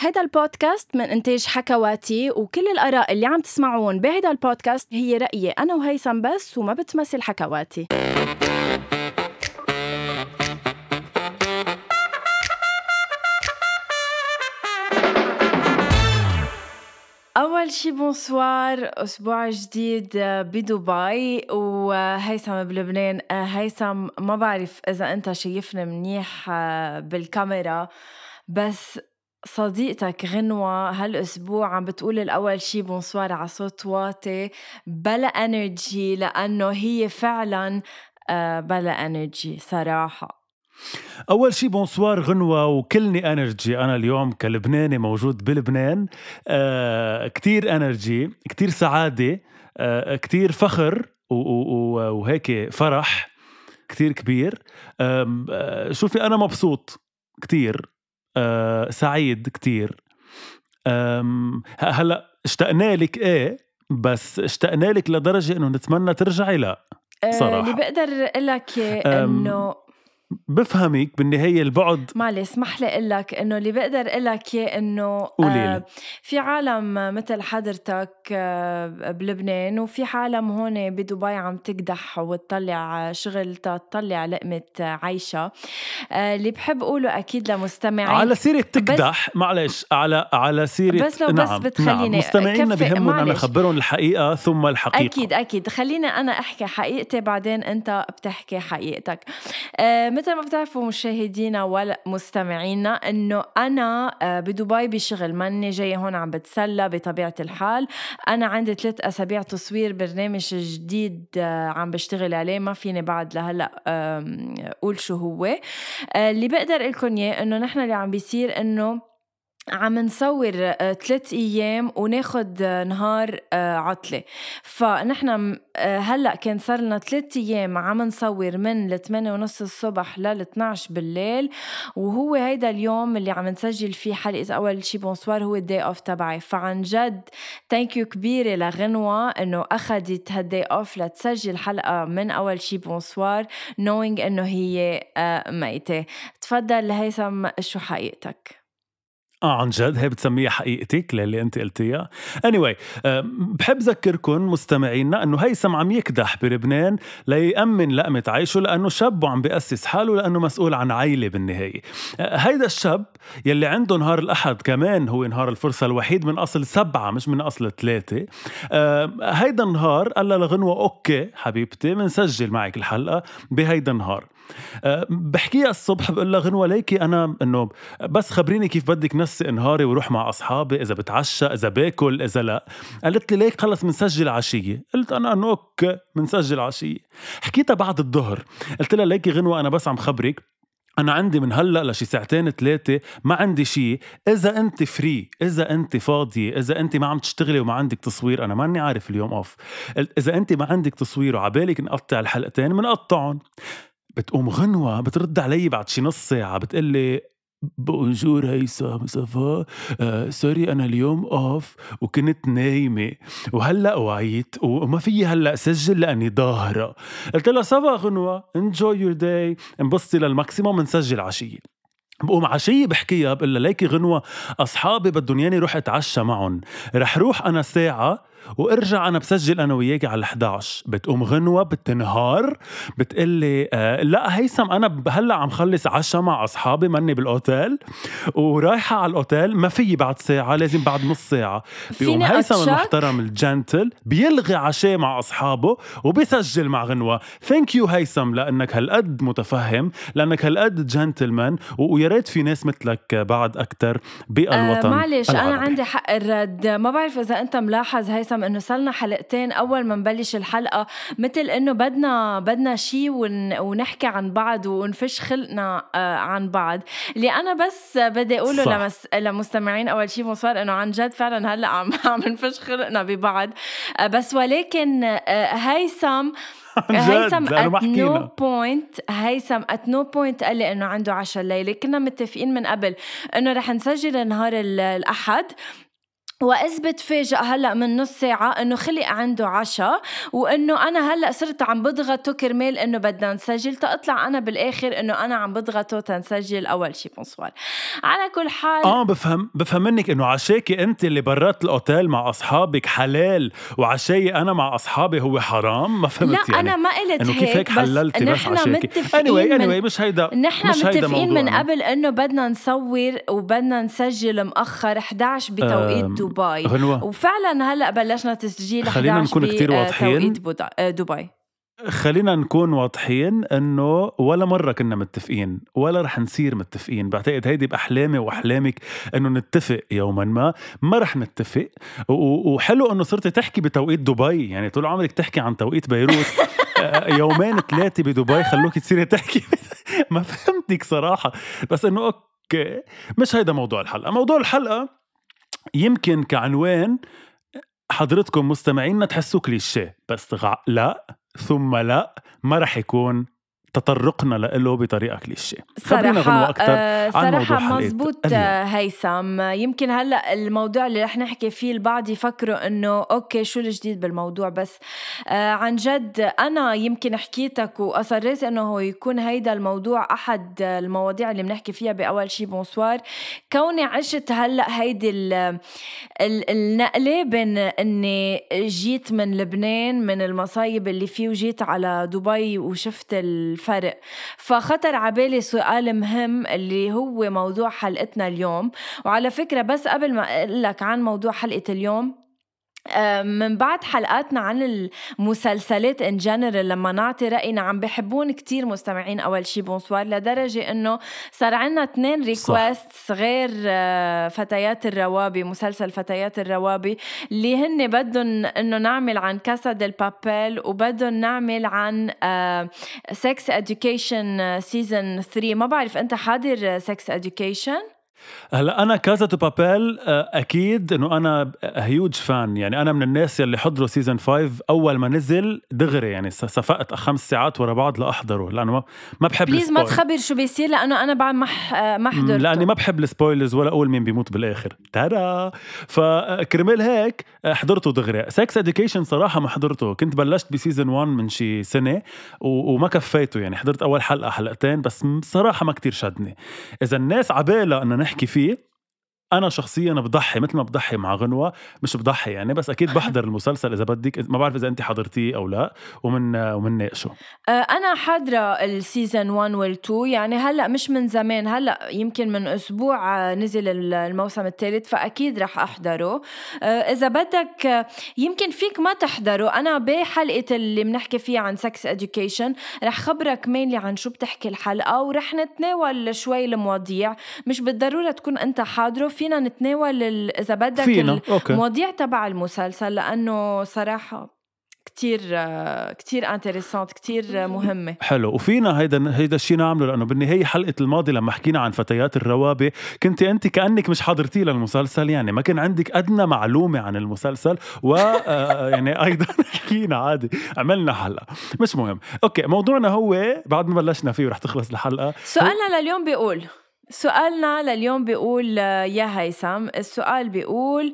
هيدا البودكاست من إنتاج حكواتي، وكل الآراء اللي عم تسمعون بهيدا البودكاست هي رأيي أنا وهيثم بس، وما بتمثل حكواتي. أول شي بونسوار، أسبوع جديد بدبي وهيثم بلبنان. هيثم، ما بعرف إذا أنت شايفني منيح بالكاميرا، بس صديقتك غنوة هالأسبوع عم بتقول الأول شي بونسوار على صوت واطي بلا انرجي، لأنه هي فعلا بلا انرجي صراحة. أول شي بونسوار غنوة وكلني انرجي. أنا اليوم كلبناني موجود بلبنان، كتير انرجي، كتير سعادة، كتير فخر وهيك فرح كتير كبير. شوفي، أنا مبسوط كتير، سعيد كتير. هلأ اشتقنا لك إيه، بس اشتقنا لك لدرجة إنه نتمنى ترجعي. لا صراحة اللي بقدر لك إنه بفهمك بالنهاية البعد. معلي اسمح لي اقول لك انه اللي بقدر اقول لك انه في عالم مثل حضرتك بلبنان، وفي عالم هون بدبي عم تقدح وتطلع شغل تطلع لقمة عيشة. اللي بحب اقوله اكيد لمستمعين على سيرة تقدح، معلش، على سيرة، بس لو نعم بس بتخليني مستمعينا بيهمون أنا أخبرهم الحقيقة ثم الحقيقة. أكيد خليني أنا أحكي حقيقتي، بعدين أنت بتحكي حقيقتك. مثل ما بتعرفوا مشاهدينا ولا مستمعينا، إنه أنا بدبي بشغل، ماني جاي هون عم بتسلى بطبيعة الحال. أنا عندي 3 أسابيع تصوير برنامج جديد عم بشتغل عليه، ما فيني بعد لهلأ أقول شو هو. اللي بقدر لكم إياه إنه نحن اللي عم بيصير إنه عم نصور 3 أيام وناخد نهار عطلة. فنحن هلأ كان صار لنا 3 أيام عم نصور من 8:30 الصبح لل 12 بالليل، وهو هيدا اليوم اللي عم نسجل فيه حلقة أول شي بونسوار، هو الداي أوف تبعي. فعن جد تانكيو كبيرة لغنوة إنه أخدت هالداي أوف لتسجل حلقة من أول شي بونسوار knowing إنه هي ميتة. تفضل هيثم، شو حقيقتك؟ عن جد هي بتسميها حقيقتك للي انت قلتيها. anyway، بحب ذكركن مستمعينا انه هيثم عم يكدح بلبنان ليأمن لقمة عيشه، لانه شاب وعم بيأسس حاله، لانه مسؤول عن عائلة بالنهاية. هيدا الشاب يلي عنده نهار الأحد كمان هو نهار الفرصة الوحيد من أصل 7 مش من أصل 3. هيدا النهار قال لغنوة اوكي حبيبتي منسجل معك الحلقة بهيدا النهار. بحكيها الصبح بقول لها غنوة ليكي أنا إنه بس خبريني كيف بدك نسي نهاري وروح مع أصحابي، إذا بتعشى إذا باكل إذا لا. قالت لي ليك خلص منسجل عشية. قلت أنا إنه أوكي منسجل عشية. حكيتها بعد الظهر، قلت لها ليكي غنوة أنا بس عم خبرك، أنا عندي من هلأ لشي 2-3 ما عندي شي. إذا أنت فري، إذا أنت فاضية، إذا أنت ما عم تشتغلي وما عندك تصوير، أنا ماني عارف اليوم أوف، إذا أنت ما عندك تصوير وعبالك نقطع الحلقتين منقطعهم. بتقوم غنوة بترد علي بعد شي نص ساعة بتقلي بونجور هيثم صفا، سوري أنا اليوم أوف وكنت نايمة وهلأ وعيت وما فيي هلأ سجل لأني ظاهرة. قلت لها صفا غنوة enjoy your day، انبسطي للماكسيموم، نسجل عشية. بقوم عشية بحكيها بقول لها ليكي غنوة أصحابي بدهم ياني روح أتعشى معهم، رح روح أنا ساعة وارجع أنا بسجل أنا وياكي على 11. بتقوم غنوة بتنهار بتقلي لا هيثم أنا هلأ عم خلص عشا مع أصحابي مني بالأوتيل ورايحة على الأوتيل، ما فيي بعد ساعة، لازم بعد نص ساعة. بيقوم هيثم المحترم الجنتل بيلغي عشاء مع أصحابه وبيسجل مع غنوة. ثانك يو هيثم لأنك هالقد متفهم، لأنك هالقد جنتلمان، ويا ريت في ناس مثلك بعد أكتر بالوطن معلش العربي. أنا عندي حق الرد. ما بعرف إذا أنت ملاحظ هيثم إنه صلنا حلقتين أول ما نبلش الحلقة مثل إنه بدنا شي ونحكي عن بعض ونفش خلقنا عن بعض. اللي أنا بس بدي أقوله لمستمعين أول شي مصار إنه عن جد فعلا هلأ عم نفش خلقنا ببعض. بس ولكن هيثم هيثم at no point قال لي إنه عنده عشاء الليلة. كنا متفقين من قبل إنه رح نسجل نهار الأحد، وإذ بتفاجأ هلأ من نص ساعة إنه خلق عنده عشاء، وإنه أنا هلأ صرت عم بضغطه كرمال إنه بدنا نسجل، تطلع أنا بالآخر إنه أنا عم بضغطه تنسجل أول شي. بونسوار. على كل حال بفهم منك إنه عشاكي أنت اللي برات الأوتيل مع أصحابك حلال، وعشاي أنا مع أصحابي هو حرام. ما فهمت لا يعني أنا ما قلت إنه كيف هيك هيك، بس حللتي بس نحن عشاكي. متفقين anyway مش هيدا متفقين من موضوعنا. قبل إنه بدنا نصور وبدنا نسجل مأخر 11 بتوقيت دبي، غنوة، وفعلا هلأ بلشنا تسجيل خلينا 11 نكون كتير واضحين. بتوقيت دبي. خلينا نكون واضحين إنه ولا مرة كنا متفقين ولا رح نصير متفقين. بعتقد هيدي بأحلامي وأحلامك إنه نتفق يوما ما رح نتفق. وحلو إنه صرت تحكي بتوقيت دبي، يعني طول عمرك تحكي عن توقيت بيروت. يومين 3 بدبي خلوك تصيري تحكي. ما فهمتك صراحة، بس إنه أوكي مش هيدا موضوع الحلقة. موضوع الحلقة يمكن كعنوان حضرتكم مستمعينا تحسوا كليشيه، بس لا ثم لا، ما رح يكون تطرقنا له بطريقة كليشيه. خبرينا غنوة أكتر عن موضوع حلقة مزبوط هيثم. يمكن هلأ الموضوع اللي رح نحكي فيه البعض يفكروا إنه أوكي شو الجديد بالموضوع، بس عن جد أنا يمكن حكيتك وأصريت إنه هو يكون هيدا الموضوع أحد المواضيع اللي بنحكي فيها بأول شي بونسوار. كوني عشت هلأ هيدي النقلة بين إني جيت من لبنان من المصايب اللي فيه وجيت على دبي وشفت الفرق، فخطر عبالي سؤال مهم اللي هو موضوع حلقتنا اليوم. وعلى فكرة بس قبل ما أقولك عن موضوع حلقة اليوم، من بعد حلقاتنا عن المسلسلات in general لما نعطي رأينا عم بحبون كتير مستمعين أول شي بونسوار، لدرجة إنه صار عنا 2 ريكوست غير فتيات الروابي، مسلسل فتيات الروابي اللي هن بدون إنه نعمل عن كاسا ديل بابيل وبدون نعمل عن sex education season 3. ما بعرف أنت حاضر sex education؟ هلا أنا كازا دو بابيل أكيد إنه أنا هيوج فان، يعني أنا من الناس يلي حضروا سيزن 5 أول ما نزل دغري، يعني صفقت 5 ساعات ورا بعض لأحضره، لأنه ما بحب بليز ما تخبر شو بيصير، لأنه أنا بعد ما حضرته، لأني ما بحب السبويلرز ولا أقول مين بيموت بالآخر. ترى فكرمال هيك حضرته دغري. سكس إديوكيشن صراحة ما حضرته، كنت بلشت بسيزن 1 من شي سنة وما كفيته، يعني حضرت أول حلقة حلقتين بس صراحة ما كتير شدني. إذا الناس عبالة أن نحكي فيه، أنا شخصياً بضحي مثل ما بضحي مع غنوة، مش بضحي يعني، بس أكيد بحضر المسلسل إذا بدك. ما بعرف إذا أنت حضرتيه أو لا، ومن ناقشه. أنا حاضرة السيزن 1 وال2، يعني هلأ مش من زمان، هلأ يمكن من أسبوع نزل الموسم الثالث، فأكيد رح أحضره. إذا بدك يمكن فيك ما تحضره. أنا بحلقة اللي بنحكي فيها عن sex education رح خبرك مينلي عن شو بتحكي الحلقة، ورح نتناول شوي المواضيع، مش بالضرورة تكون أنت حاضره. فينا نتناول إذا بدك المواضيع تبع المسلسل، لأنه صراحة كتير انتريسانت، كتير مهمة. حلو. وفينا هيدا الشيء نعمله، لأنه بالنهاية حلقة الماضي لما حكينا عن فتيات الروابي كنت أنت كأنك مش حضرتي للمسلسل، يعني ما كان عندك أدنى معلومة عن المسلسل، يعني أيضا حكينا عادي عملنا حلقة، مش مهم. أوكي، موضوعنا هو بعد ما بلشنا فيه ورح تخلص الحلقة. سؤالنا لليوم بيقول يا هيثم، السؤال بيقول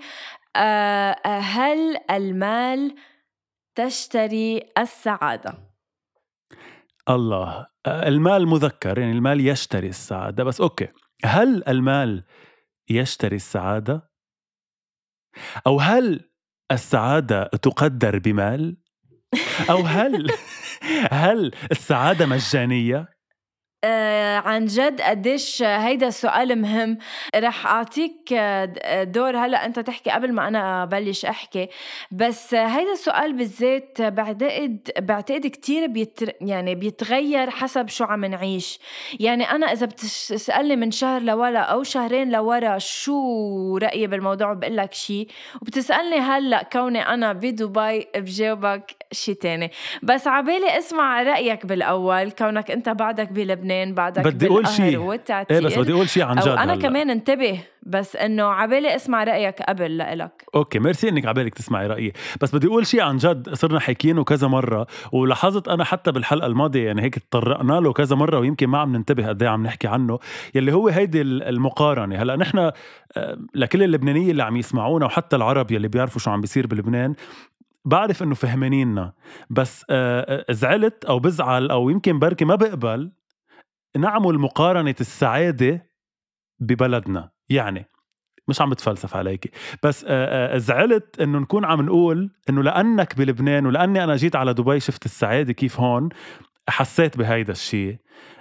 هل المال تشتري السعادة؟ الله، المال مذكر، يعني المال يشتري السعادة، بس أوكي، هل المال يشتري السعادة؟ أو هل السعادة تقدر بمال؟ أو هل السعادة مجانية؟ عن جد قديش هيدا السؤال مهم. رح أعطيك دور هلأ أنت تحكي قبل ما أنا أبلش أحكي، بس هيدا السؤال بالذات بعتقد كتير يعني بيتغير حسب شو عم نعيش. يعني أنا إذا بتسألني من شهر لورا أو شهرين لورا شو رأيي بالموضوع بقلك شي، وبتسألني هلأ كوني أنا بدبي بجاوبك شي تاني. بس عبالي اسمع رأيك بالأول كونك أنت بعدك بلبنان، بلبنان بعدك بدي أقول بالقهر شيء والتعتير. بس بدي أقول شيء عن جد وأنا هلأ. كمان انتبه، بس إنه عبالي أسمع رأيك قبل لإلك. اوكي ميرسي انك عبالك تسمعي رأيي، بس بدي اقول شيء عن جد صرنا حكيينه كذا مرة، ولاحظت انا حتى بالحلقة الماضية يعني هيك تطرقنا له كذا مرة ويمكن ما عم ننتبه قد ايه عم نحكي عنه، يلي هو هيدي المقارنة. هلا نحن لكل اللبنانيين اللي عم يسمعونا وحتى العرب يلي بيعرفوا شو عم بيصير بلبنان، بعرف انه فهمانيننا، بس زعلت او بزعل او يمكن بركي ما بقبل نعمل مقارنة السعادة ببلدنا. يعني مش عم بتفلسف عليكي، بس زعلت انه نكون عم نقول انه لانك بلبنان ولاني انا جيت على دبي شفت السعادة كيف هون، حسيت بهيدا الشيء.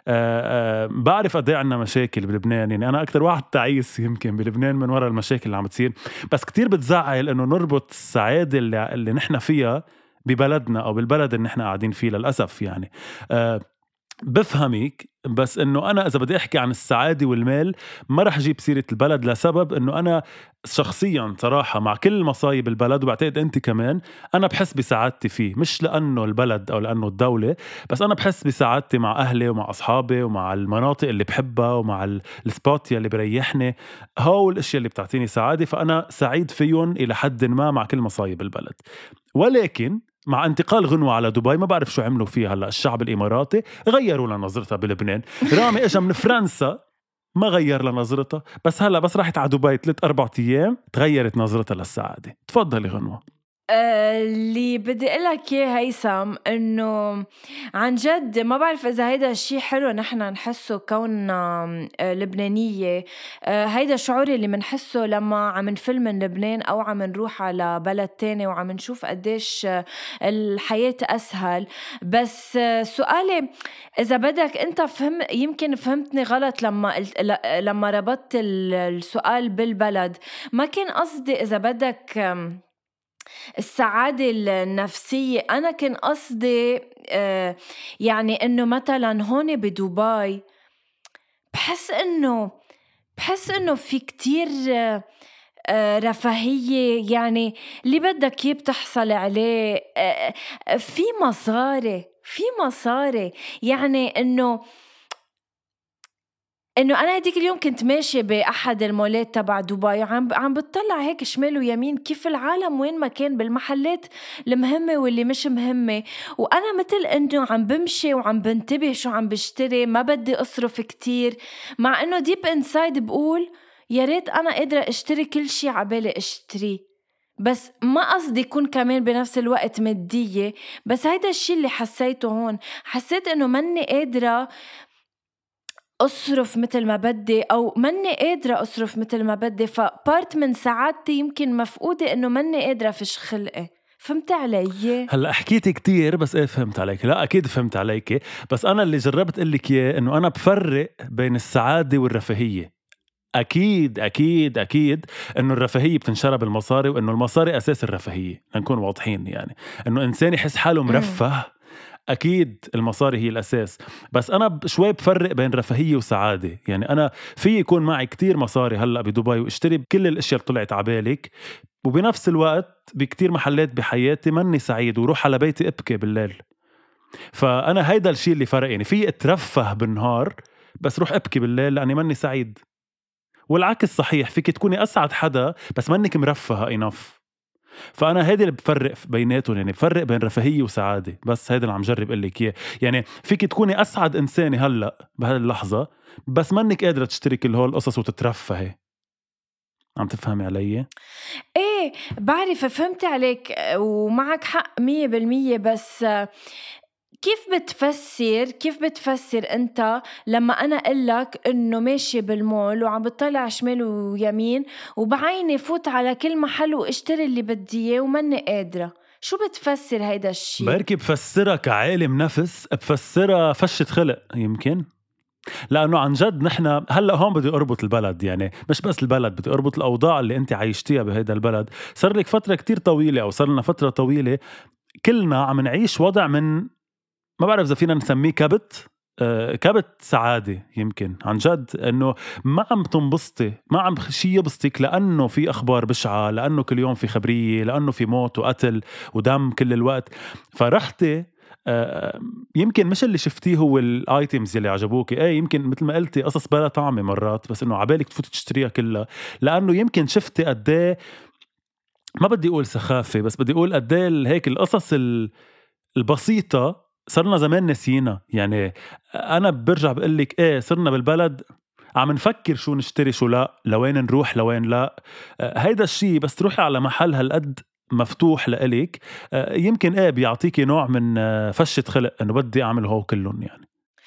بعرف قد ايه عنا مشاكل بلبنان، يعني انا اكتر واحد تعيس يمكن بلبنان من وراء المشاكل اللي عم تصير، بس كتير بتزعل انه نربط السعادة اللي نحن فيها ببلدنا او بالبلد اللي نحن قاعدين فيه للاسف. يعني بفهمك، بس انه انا اذا بدي احكي عن السعاده والمال ما رح اجيب سيره البلد، لسبب انه انا شخصيا صراحه مع كل مصايب البلد، وبعتقد انت كمان، انا بحس بسعادتي فيه، مش لانه البلد او لانه الدوله، بس انا بحس بسعادتي مع اهلي ومع اصحابي ومع المناطق اللي بحبها ومع السبوت اللي بريحني. هول الاشياء اللي بتعطيني سعاده، فانا سعيد فيهم الى حد ما مع كل مصايب البلد. ولكن مع انتقال غنوة على دبي ما بعرف شو عملوا فيها هلا الشعب الإماراتي، غيروا لها نظرتها بلبنان. رامي اجا من فرنسا ما غير لها نظرتها، بس هلا بس راحت على دبي 3-4 أيام تغيرت نظرتها للسعادة. تفضلي غنوة. اللي بدي أقولك إياه هيثم إنه عن جد ما بعرف إذا هيدا الشي حلو نحنا نحسه كوننا لبنانية. هيدا الشعور اللي منحسه لما عم نفل من لبنان أو عم نروح على بلد تاني وعم نشوف قديش الحياة أسهل. بس سؤالي إذا بدك أنت يمكن فهمتني غلط لما ربطت السؤال بالبلد. ما كان قصدي إذا بدك السعادة النفسية، أنا كان قصدي يعني إنه مثلا هون بدبي بحس إنه في كتير رفاهية، يعني اللي بدك إياه بتحصل عليه. في مصاري يعني إنه أنا هديك اليوم كنت ماشي بأحد المولات تبع دبي، عم بتطلع هيك شمال ويمين كيف العالم وين ما كان بالمحلات المهمة واللي مش مهمة، وأنا مثل إنه عم بمشي وعم بنتبه شو عم بشتري، ما بدي أصرف كتير، مع إنه ديب إنسايد بقول يا ريت أنا قادرة أشتري كل شي عبالي أشتريه، بس ما قصدي يكون كمان بنفس الوقت مادية. بس هيدا الشي اللي حسيته هون، حسيت إنه مني قادرة أصرف مثل ما بدي، أو مني قادرة أصرف مثل ما بدي، فبارت من سعادتي يمكن مفقودة إنه مني قادرة فش خلقي. فهمت علي؟ هلا حكيتي كتير بس ايه فهمت عليك. لا اكيد فهمت عليك، بس انا اللي جربت اقلك اياه انه انا بفرق بين السعادة والرفاهية. أكيد أكيد أكيد إنه الرفاهية بتنشرى بالمصاري، وإنه المصاري أساس الرفاهية، نكون واضحين. يعني إنه إنسان يحس حاله مرفه، أكيد المصاري هي الأساس. بس أنا شوي بفرق بين رفاهية وسعادة. يعني أنا في يكون معي كتير مصاري هلأ بدبي واشتري بكل الأشياء اللي طلعت عبالك، وبنفس الوقت بكتير محلات بحياتي مني سعيد وروح على بيتي أبكي بالليل. فأنا هيدا الشيء اللي فرق. يعني في اترفه بالنهار بس روح أبكي بالليل لأني مني سعيد. والعكس صحيح، فيك تكوني أسعد حدا بس منك مرفهة enough. فأنا هيدا اللي بفرق بيناتهم، يعني بفرق بين رفاهية وسعادة. بس هيدا اللي عم جرب قلك إياه. يعني فيك تكوني أسعد إنساني هلأ بهذه اللحظة بس منك قادرة تشتري كل هول القصص وتترفهي. عم تفهمي علي؟ ايه بعرف، فهمت عليك ومعك حق 100%. بس كيف بتفسر انت لما انا قلك انه ماشي بالمول وعم بطلع شمال ويمين وبعيني فوت على كل محل واشتري اللي بدي اياه وماني قادرة؟ شو بتفسر هيدا الشي؟ بركي بفسرها كعالم نفس، بفسرها فشة خلق يمكن. لأنه عن جد نحن هلأ هون بدي أربط البلد، يعني مش بس البلد، بدي أربط الأوضاع اللي أنت عايشتيها بهيدا البلد. صار لك فترة كتير طويلة، أو صار لنا فترة طويلة كلنا عم نعيش وضع من، ما بعرف إذا فينا نسميه كبت، كبت سعادة يمكن. عن جد إنه ما عم تنبسطي، ما عم شي يبسطك، لأنه في أخبار بشعة، لأنه كل يوم في خبرية، لأنه في موت وقتل ودم كل الوقت. فرحتي يمكن مش اللي شفتيه هو الايتمز اللي عجبوك، يمكن مثل ما قلتي قصص بلا طعمة مرات، بس انه عبالك تفوتي تشتريها كلها، لانه يمكن شفتي قديه، ما بدي اقول سخافة، بس بدي اقول قديه هيك القصص البسيطة صرنا زمان نسينا. يعني انا برجع بقلك صرنا بالبلد عم نفكر شو نشتري شو لا، لوين نروح لوين لا. هيدا الشيء بس تروحي على محل هالقد مفتوح لإلك، يمكن بيعطيكي نوع من فشة خلق انه بدي اعمل هو كلهم. يعني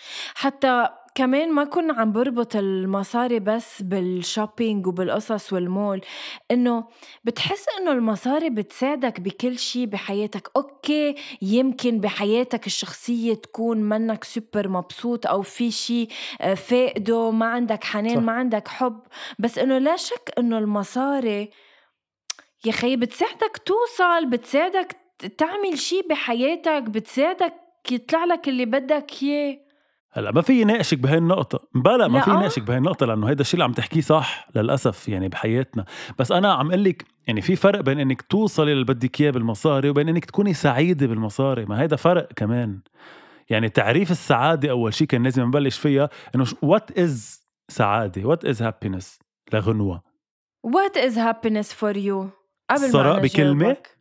حتى كمان ما كنا عم بربط المصاري بس بالشوبينج وبالقصص والمول، إنه بتحس إنه المصاري بتساعدك بكل شي بحياتك. أوكي يمكن بحياتك الشخصية تكون منك سوبر مبسوط أو في شي فاقده، ما عندك حنان، صح. ما عندك حب، بس إنه لا شك إنه المصاري يا خي بتساعدك توصل، بتساعدك تعمل شي بحياتك، بتساعدك يطلع لك اللي بدك إياه. هلا ما في ناقشك بهاي النقطة، بلا ما في لا ناقشك بهاي النقطة، لأنه هيدا الشيء اللي عم تحكيه صح للأسف يعني بحياتنا. بس أنا عم قلك يعني في فرق بين إنك توصلي اللي بدك إياه بالمصاري وبين إنك تكوني سعيدة بالمصاري. ما هيدا فرق كمان. يعني تعريف السعادة أول شيء كان لازم نبلش فيها، إنه what is سعادة، what is happiness لغنوة. What is happiness for you؟ قبل ما الثراء أنا بكلمة جاوبك.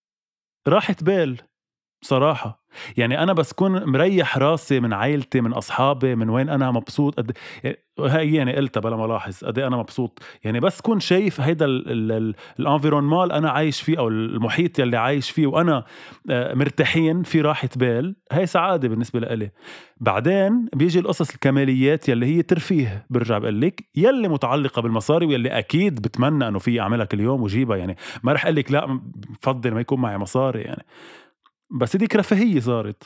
راحة بال بصراحة. يعني أنا بس كون مريح راسي من عائلتي من أصحابي من وين أنا مبسوط هاي يعني قلتها بلا ملاحظ قد أنا مبسوط. يعني بس كون شايف هيدا الانفيرونمال اللي أنا عايش فيه أو المحيط يلي عايش فيه وأنا مرتاحين في راحة بال، هاي سعادة بالنسبة لإلي. بعدين بيجي القصص الكماليات يلي هي ترفيه، برجع بقلك يلي متعلقة بالمصاري واللي أكيد بتمنى أنه في أعملها كل يوم وجيبها. يعني ما رح قلك لا بفضل ما يكون معي مصاري يعني، بس ديك رفاهية صارت.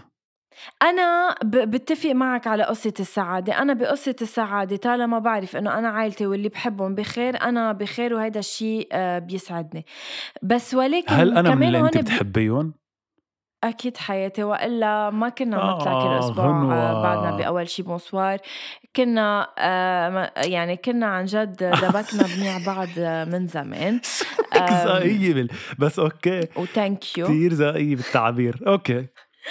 أنا بتفق معك على قصة السعادة. أنا بقصة السعادة طالما بعرف إنه أنا عائلتي واللي بحبهم بخير أنا بخير، وهيدا الشيء بيسعدني. بس هل ولكن أنا من كمان اللي أنت هون بتحبيهم؟ أكيد حياتي، وإلا ما كنا بنطلع كل أسبوع بعدنا غنوة. بأول شي بونسوار. كنا يعني كنا عن جد دبكنا بنيع بعض من زمان. صرتك ذائية بس أوكي، وثانك يو. كتير ذائية بالتعبير. أوكي.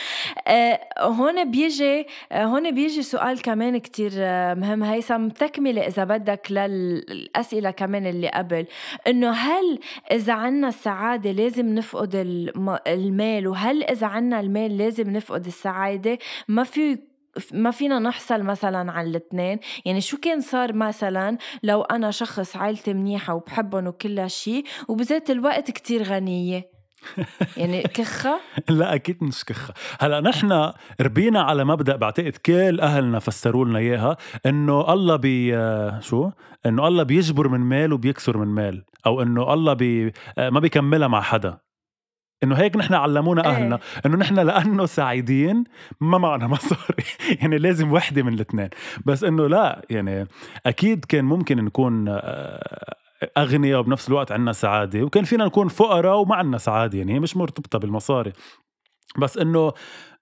هون بيجي سؤال كمان كتير مهم هيثم، تكملة إذا بدك للأسئلة كمان اللي قبل، إنه هل إذا عنا السعادة لازم نفقد المال، وهل إذا عنا المال لازم نفقد السعادة؟ ما فينا نحصل مثلا على الاثنين. يعني شو كان صار مثلا لو أنا شخص عائلتي منيحة وبحبهم وكل شيء وبذات الوقت كتير غنية، يعني كخة؟ لا أكيد مش كخة. هلأ نحن ربينا على مبدأ بعتقد كل أهلنا فسروا لنا إياها، إنه الله شو؟ إنه الله بيجبر من مال وبيكسر من مال، أو إنه الله ما بيكملها مع حدا. إنه هيك نحن علمونا أهلنا، ايه إنه نحن لأنه سعيدين ما معنا مصاري يعني لازم وحدة من الاثنين. بس إنه لا، يعني أكيد كان ممكن نكون أغنياء وبنفس الوقت عنا سعادة، وكان فينا نكون فقراء وما عنا سعادة. يعني هي مش مرتبطة بالمصاري، بس إنه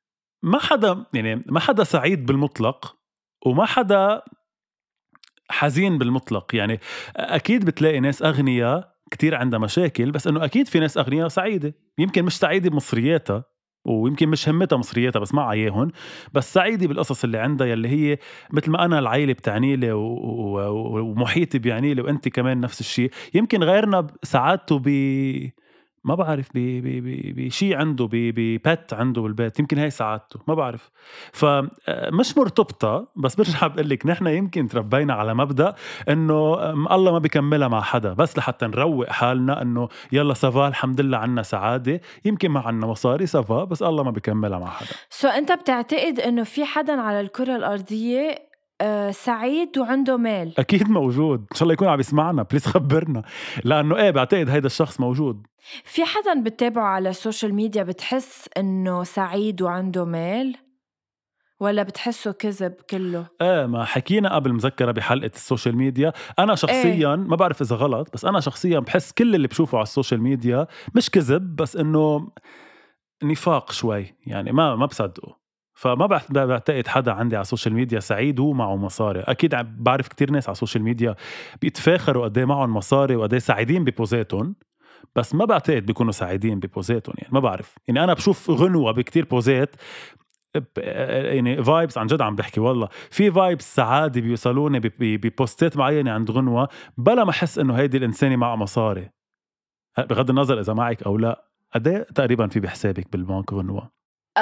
ما حدا سعيد بالمطلق وما حدا حزين بالمطلق. يعني أكيد بتلاقي ناس أغنياء كتير عندها مشاكل، بس إنه أكيد في ناس أغنياء سعيدة، يمكن مش سعيدة بمصرياتها ويمكن مش همتها مصرياتها بس ما عياهن، بس سعيدة بالقصص اللي عندها يلي هي مثل ما أنا العائلة بتعنيلي ومحيطي بيعنيلي وأنت كمان نفس الشيء. يمكن غيرنا سعادته ما بعرف بشيء عنده ببات عنده بالبيت، يمكن هاي سعادته ما بعرف. فمش مرتبطة، بس برجع بقولك نحن يمكن تربينا على مبدأ انه الله ما بيكملها مع حدا، بس لحتى نروق حالنا انه يلا سافا الحمد لله عنا سعادة، يمكن ما عنا مصاري سافا بس الله ما بيكملها مع حدا. أنت بتعتقد إنه في حدا على الكرة الأرضية سعيد وعنده مال؟ اكيد موجود، ان شاء الله يكون عم يسمعنا بليز خبرنا، لانه بعتقد هيدا الشخص موجود. في حدا بتتابعه على السوشيال ميديا بتحس إنه سعيد وعنده مال، ولا بتحسه كذب كله؟ ما حكينا قبل مذكرة بحلقة السوشيال ميديا. أنا شخصياً ما بعرف إذا غلط، بس أنا شخصياً بحس كل اللي بشوفه على السوشيال ميديا مش كذب، بس إنه نفاق شوي. يعني ما بصدقه. فما بعتقد حدا عندي على السوشيال ميديا سعيد هو معه مصاري. أكيد بعرف كتير ناس على السوشيال ميديا بيتفاخروا قديه معهم مصاري وقديه سعيدين ببوزاتهم، بس ما بعتقد بيكونوا سعيدين ببوزاتهم. يعني ما بعرف، يعني أنا بشوف غنوة بكتير بوزات يعني فايبس، عن جد عم بحكي والله في فايبس سعادة بيوصلوني ببوستات معينة عند غنوة بلا ما أحس إنه هيدي الإنسانة مع مصاري، بغض النظر إذا معك أو لا. قد تقريبا في بحسابك بالبنك غنوة؟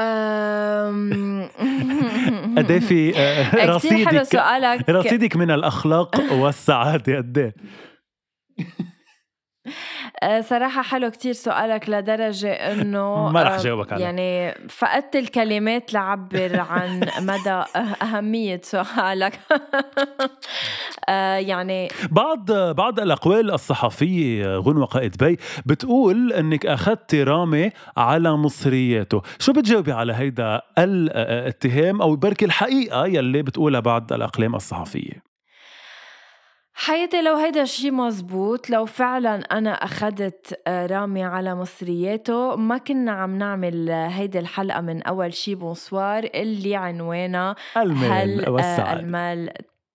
قد في كتير حلو سؤالك. رصيدك من الأخلاق والسعادة قد؟ صراحة حلو كتير سؤالك لدرجة إنه ما رح جاوبك عليه. يعني فقدت الكلمات لعبر عن مدى أهمية سؤالك. يعني بعض الأقوال الصحفية غنوة قائتبي بتقول إنك أخذت رامي على مصرياته. شو بتجاوبي على هيدا الاتهام أو بركي الحقيقة يلي بتقولها بعض الأقلام الصحفية؟ حياتي لو هيدا الشي مزبوط، لو فعلا أنا أخدت رامي على مصرياته ما كنا عم نعمل هيدا الحلقة من أول شي بونسوار اللي عنوانا المال والسعادة. المال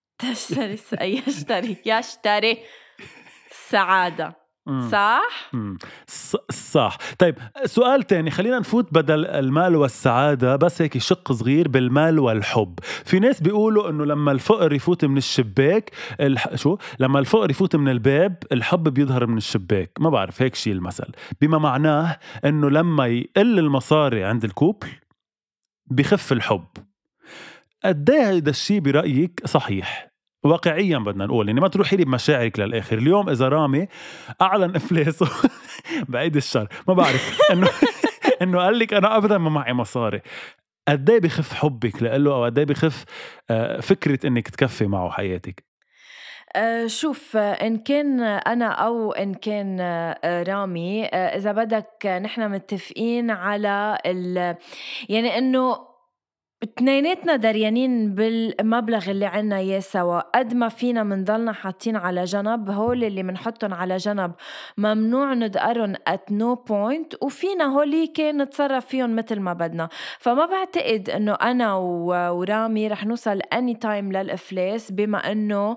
يشتري السعادة. صح؟ صح. طيب سؤال تاني، خلينا نفوت بدل المال والسعادة بس هيك شق صغير بالمال والحب. في ناس بيقولوا انه لما الفقر يفوت من الشباك لما الفقر يفوت من الباب الحب بيظهر من الشباك. ما بعرف، هيك شيء المثل، بما معناه انه لما يقل المصاري عند الكوبل بيخف الحب. قد ايه هيدا الشيء برأيك صحيح واقعيا؟ بدنا نقول يعني ما تروحي لي بمشاعرك للآخر. اليوم إذا رامي أعلن إفلاسه بعيد الشر، ما بعرف إنه قال لك أنا أبدا ما معي مصاري، قد ايه بخف حبك له أو قد ايه بخف فكرة إنك تكفي معه حياتك؟ شوف، إن كان أنا أو إن كان رامي، إذا بدك نحن متفقين على يعني إنه اتنيناتنا دريانين بالمبلغ اللي عنا إياه سوا، قد ما فينا منضلنا حاطين على جنب. هول اللي منحطن على جنب ممنوع ندقرن at no point، وفينا هوليك نتصرف فيهم مثل ما بدنا. فما بعتقد إنه أنا ورامي رح نوصل anytime للإفلاس، بما إنه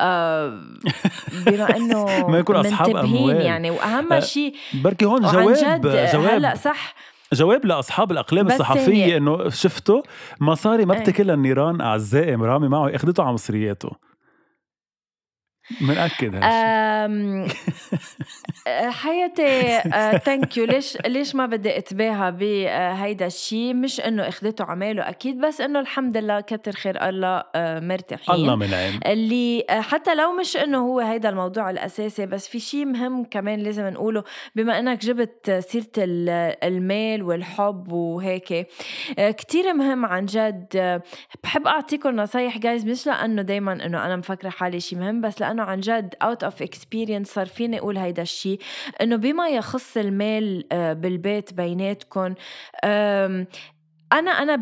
ما يكون أصحاب منتبهين أموال. يعني. وأهم شيء بركي هون جواب هلأ صح، جواب لأصحاب الأقلام الصحفية إنه شفتوا مصاري ما بتكل النيران. أعزائي رامي معه أخذته على مصرياته، منأكد هالشي. حياتي thank you. ليش ما بدي اتباهى بهيدا الشيء؟ مش انه اخذته عماله اكيد، بس انه الحمد لله كتر خير الله مرتاحين. الله منعم. اللي حتى لو مش انه هو هيدا الموضوع الاساسي، بس في شيء مهم كمان لازم نقوله، بما انك جبت سيرة المال والحب وهيك. كتير مهم عن جد. بحب اعطيكم نصايح جايز، مش لانه دايما انه انا مفكرة حالي شيء مهم، بس لانه عن جد out of experience صار فيني اقول هيدا الشيء، انه بما يخص المال بالبيت بيناتكم، انا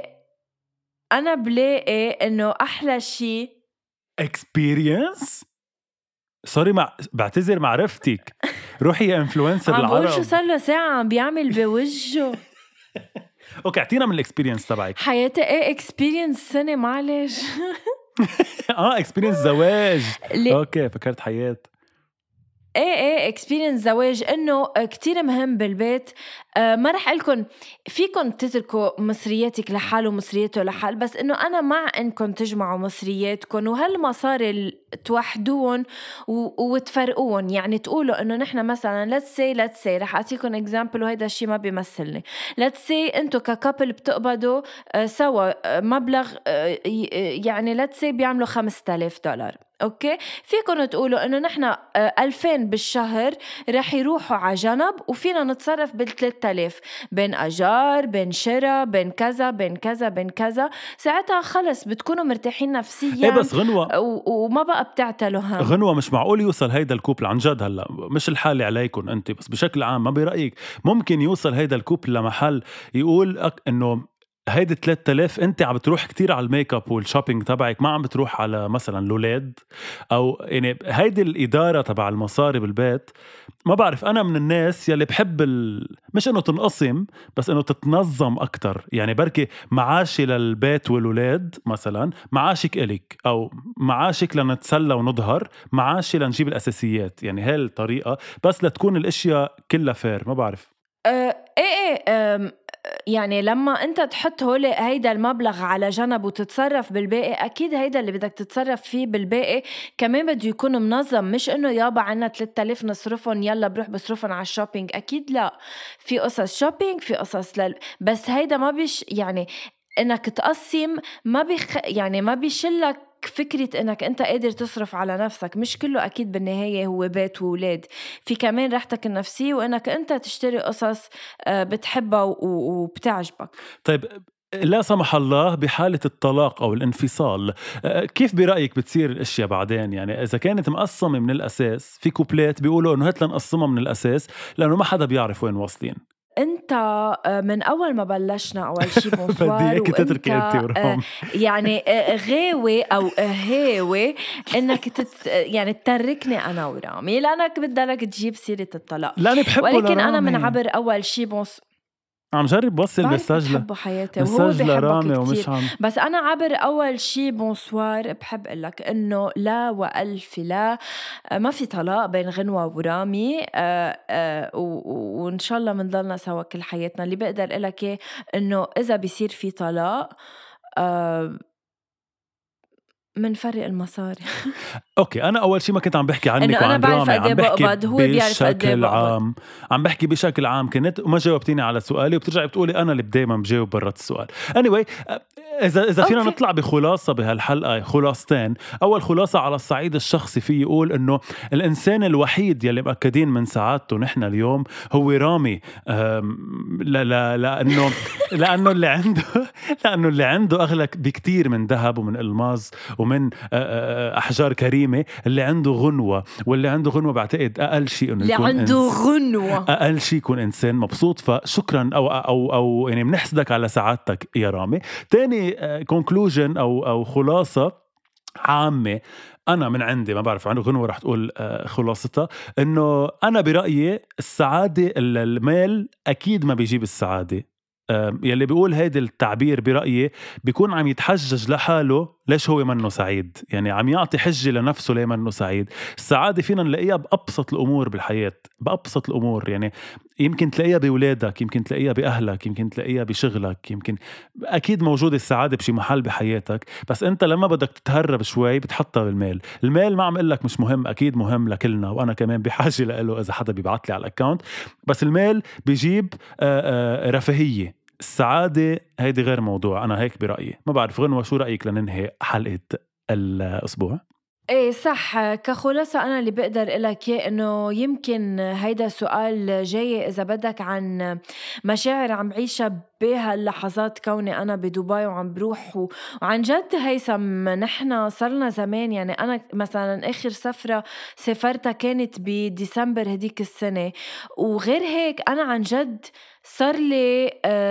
بلاقي انه احلى شيء experience. سوري بعتذر معرفتك، روحي يا انفلونسر العرب. عم بقول شو صار له ساعة عم بيعمل بوجهه. اوكي اعطينا من الاكسبيرينس تبعك. حياتي ايه اكسبيرينس سنة معلش. اكسبيرينس زواج. اوكي فكرت حياة. ايه اكسبيرينس زواج، انه كتير مهم بالبيت. ما رح قلكن فيكن تتركوا مصرياتك لحال ومصرياته لحال، بس انه انا مع انكم تجمعوا مصرياتكم وهالمصاري توحدون وتفرقون. يعني تقولوا انه نحن مثلا let's say رح اعطيكم اكزامبل وهيدا الشيء ما بيمثلني. let's say انتو ككابل بتقبضوا سوا مبلغ، يعني let's say بيعملوا $5,000. اوكي، فيكم تقولوا انه نحن 2000 بالشهر رح يروحوا على جنب، وفينا نتصرف بال3000 بين اجار بين شراء بين كذا بين كذا بين كذا. ساعتها خلص بتكونوا مرتاحين نفسيا. بس غنوة وما بقى بتعتلوا هم. غنوة مش معقول يوصل هيدا الكوبل عن جد. هلا مش الحالة عليكم انت بس، بشكل عام ما برأيك ممكن يوصل هيدا الكوبل لمحل يقول انه هيدي 3000 انت عم بتروح كتير على الميك اب والشوبينج تبعك، ما عم بتروح على مثلا الأولاد، او يعني هيدي الإدارة تبع المصاري بالبيت. ما بعرف، انا من الناس يلي بحب مش انه تنقسم، بس انه تتنظم اكتر. يعني بركي معاشي للبيت والولاد مثلا، معاشك الك، او معاشك لنتسلى ونظهر، معاشي لنجيب الاساسيات. يعني هاي الطريقة بس لتكون الاشياء كلها فير. ما بعرف. ايه يعني لما انت تحط هيدا المبلغ على جنب وتتصرف بالباقي، اكيد هيدا اللي بدك تتصرف فيه بالباقي كمان بده يكون منظم. مش انه يابا عنا 3000 نصرفهم يلا بروح بصرفهم على الشوبينج، اكيد لا. في قصص شوبينج، في قصص بس هيدا ما يعني انك تقسم يعني ما بيشلك فكرة انك انت قادر تصرف على نفسك. مش كله اكيد بالنهاية هو بيت وولاد، في كمان راحتك النفسية وانك انت تشتري قصص بتحبها وبتعجبك. طيب لا سمح الله بحالة الطلاق أو الانفصال، كيف برأيك بتصير الأشياء بعدين؟ يعني إذا كانت مقسمة من الأساس، في كوبلات بيقولوا إنه هات لنقسمها من الأساس لأنه ما حدا بيعرف وين واصلين. انت من اول ما بلشنا اول شي بدي بونسوار، إياك تتركي أنت وانت ورام. يعني غاوي او هاوي انك يعني تتركني انا ورامي لانك بدك تجيب سيرة الطلاق. لأني بحبه ولكن انا من لرامي. عبر اول شي عم جرب وصل بعرف مساج بتحبه حياتي وهو مساج بيحبك لرامي كتير. ومش عم. بس أنا عبر أول شي بونسوار بحب قلك إنه لا وألف لا، ما في طلاق بين غنوة ورامي. وإن شاء الله منضلنا سوا كل حياتنا. اللي بقدر قلك إيه إنه إذا بيصير في طلاق منفرق المصاري. اوكي، انا اول شيء ما كنت عم بحكي عنك إنه أنا وعن بعرف رامي، قد إيه عم بحكي بقبض، هو بيعرف قد إيه بشكل بقبض. عام. عم بحكي بشكل عام كنت، وما جاوبتيني على سؤالي، وبترجعي بتقولي انا اللي دايما بجاوب برات السؤال. anyway، اذا فينا أوكي. نطلع بخلاصه بهالحلقه، خلاصتين. اول خلاصه على الصعيد الشخصي في يقول انه الانسان الوحيد يلي مأكدين من سعادته نحن اليوم هو رامي. لا لا لانه اللي عنده لانه اللي عنده اغلى بكتير من ذهب ومن الماس ومن احجار كريمه. اللي عنده غنوه، واللي عنده غنوه بعتقد اقل شيء انه اللي يكون عنده غنوة اقل شيء يكون انسان مبسوط. فشكرا، او يعني بنحسدك على سعادتك يا رامي. تاني كونكلوجن او خلاصه عامه انا من عندي، ما بعرف عن غنوه رح تقول خلاصتها، انه انا برايي السعاده، المال اكيد ما بيجيب السعاده. يلي بيقول هيدا التعبير برأيي بيكون عم يتحجج لحاله ليش هو منه سعيد. يعني عم يعطي حجة لنفسه ليه منه سعيد. السعادة فينا نلاقيها بأبسط الأمور بالحياة، بأبسط الأمور. يعني يمكن تلاقيها بولادك، يمكن تلاقيها بأهلك، يمكن تلاقيها بشغلك، يمكن أكيد موجودة السعادة بشي محل بحياتك. بس أنت لما بدك تتهرب شوي بتحطها بالمال. المال ما عم قلك مش مهم، أكيد مهم لكلنا، وأنا كمان بحاجة له إذا حدا بيبعت لي على الأكاونت. بس المال بيجيب رفاهية. السعادة هيدي غير موضوع. أنا هيك برأيي. ما بعرف غنوة شو رأيك لننهي حلقة الأسبوع؟ ايه صح. كخلاصة أنا اللي بقدر قلك إياه إنه يمكن هيدا سؤال جاي إذا بدك عن مشاعر عم عيشها بهاللحظات كوني أنا بدبي وعم بروح وعن جد هيثم نحنا صرنا زمان. يعني أنا مثلا آخر سفرة سافرتها كانت بديسمبر هديك السنة. وغير هيك أنا عن جد صار لي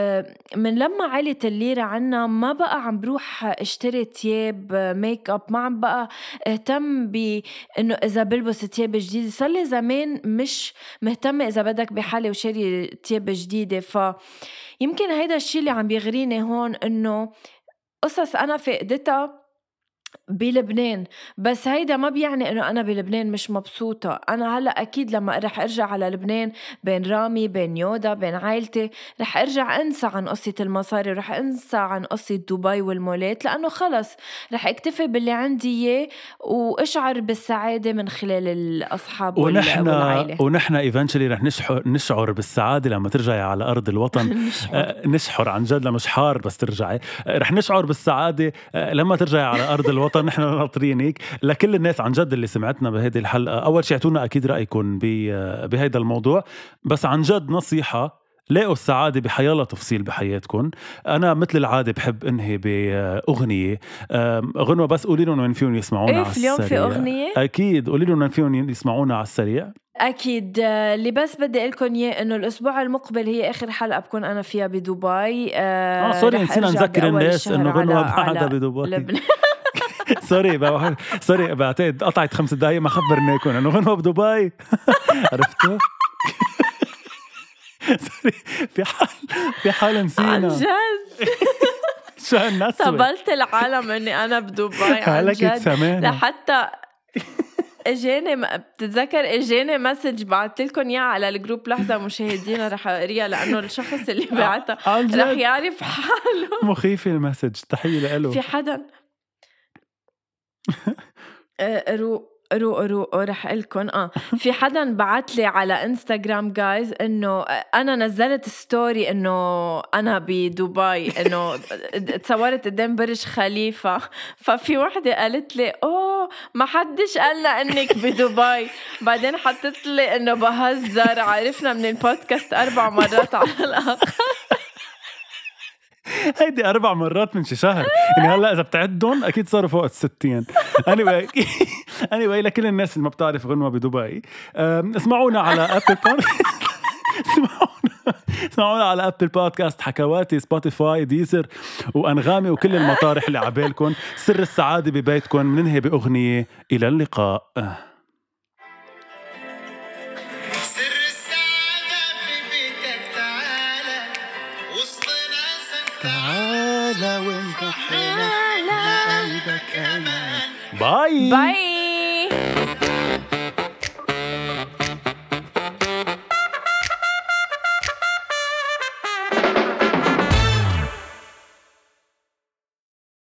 من لما علت الليرة عنا ما بقى عم بروح اشتري تياب ميك اب، ما عم بقى اهتم بانه اذا بلبس تياب جديد. صار لي زمان مش مهتمة اذا بدك بحالي وشاري تياب جديدة. فيمكن هيدا الشي اللي عم بيغريني هون، انه قصص انا فقدتها بلبنان. بس هيدا ما بيعني انه انا بلبنان مش مبسوطة. انا هلأ اكيد لما رح ارجع على لبنان بين رامي بين يودا بين عائلتي رح ارجع انسى عن قصة المصاري، رح انسى عن قصة دبي والمولات، لانه خلص رح اكتفي باللي عندي اياه واشعر بالسعادة من خلال الاصحاب والعائلة. ونحن ايفنتشلي رح نشعر بالسعادة لما ترجعي على ارض الوطن. نشحر عن جد، مش حار بس ترجعي. رح نشعر بالسعادة لما ترجعي على ارض الوطن. نحن ناطرينك. لكل الناس عن جد اللي سمعتنا بهذه الحلقة، اول شيء اعطونا اكيد رأيكم بهذا الموضوع. بس عن جد نصيحة لاقوا السعادة بحيالله تفصيل بحياتكم. أنا مثل العادة بحب أنهي بأغنية. غنوة بس قولي لهم وين فيهم يسمعونا على السريع. اليوم في أغنية أكيد قولي لهم وين فيهم يسمعونا على السريع. أكيد. اللي بس بدي أقولكم إياه إنه الأسبوع المقبل هي آخر حلقة بكون أنا فيها بدبي. سوري نسينا نذكر الناس إنه غنوة بعدها بدبي. سوري بعتقد قطعت 5 دقايق ما خبرناكم إنه غنوة بدبي. عرفتوا؟ سوري في حال نسينا عن جد. شو هالنسوة؟ طبلت العالم إني أنا بدبي عن جد لحتى اجاني مسج بعت لكم اياه على الجروب. لحظه مشاهدينا رح اقريها لانه الشخص اللي بعتها رح يعرف حاله. مخيفه المسج. تحيه له. في حدا رو رح قلكن في حدا بعت لي على انستغرام جايز انه انا نزلت ستوري انه انا بدبي انه تصورت قدام برج خليفة. ففي وحدة قالت لي اوه ما حدش قالنا انك بدبي. بعدين حطت لي انه بهزر. عرفنا من البودكاست 4 مرات على الاقل. هيدي 4 مرات من شهر يعني. هلأ إذا بتعدهم أكيد صاروا فوق 60. anyway لكل الناس اللي ما بتعرف غنوة بدبي اسمعونا على أبل اسمعونا على أبل بودكاست، حكواتي، سبوتيفاي، ديزر وأنغامي وكل المطارح اللي عبالكم. سر السعادة ببيتكم. مننهي بأغنية. إلى اللقاء. تعالى وانت حالك لقلبك أمان. باي.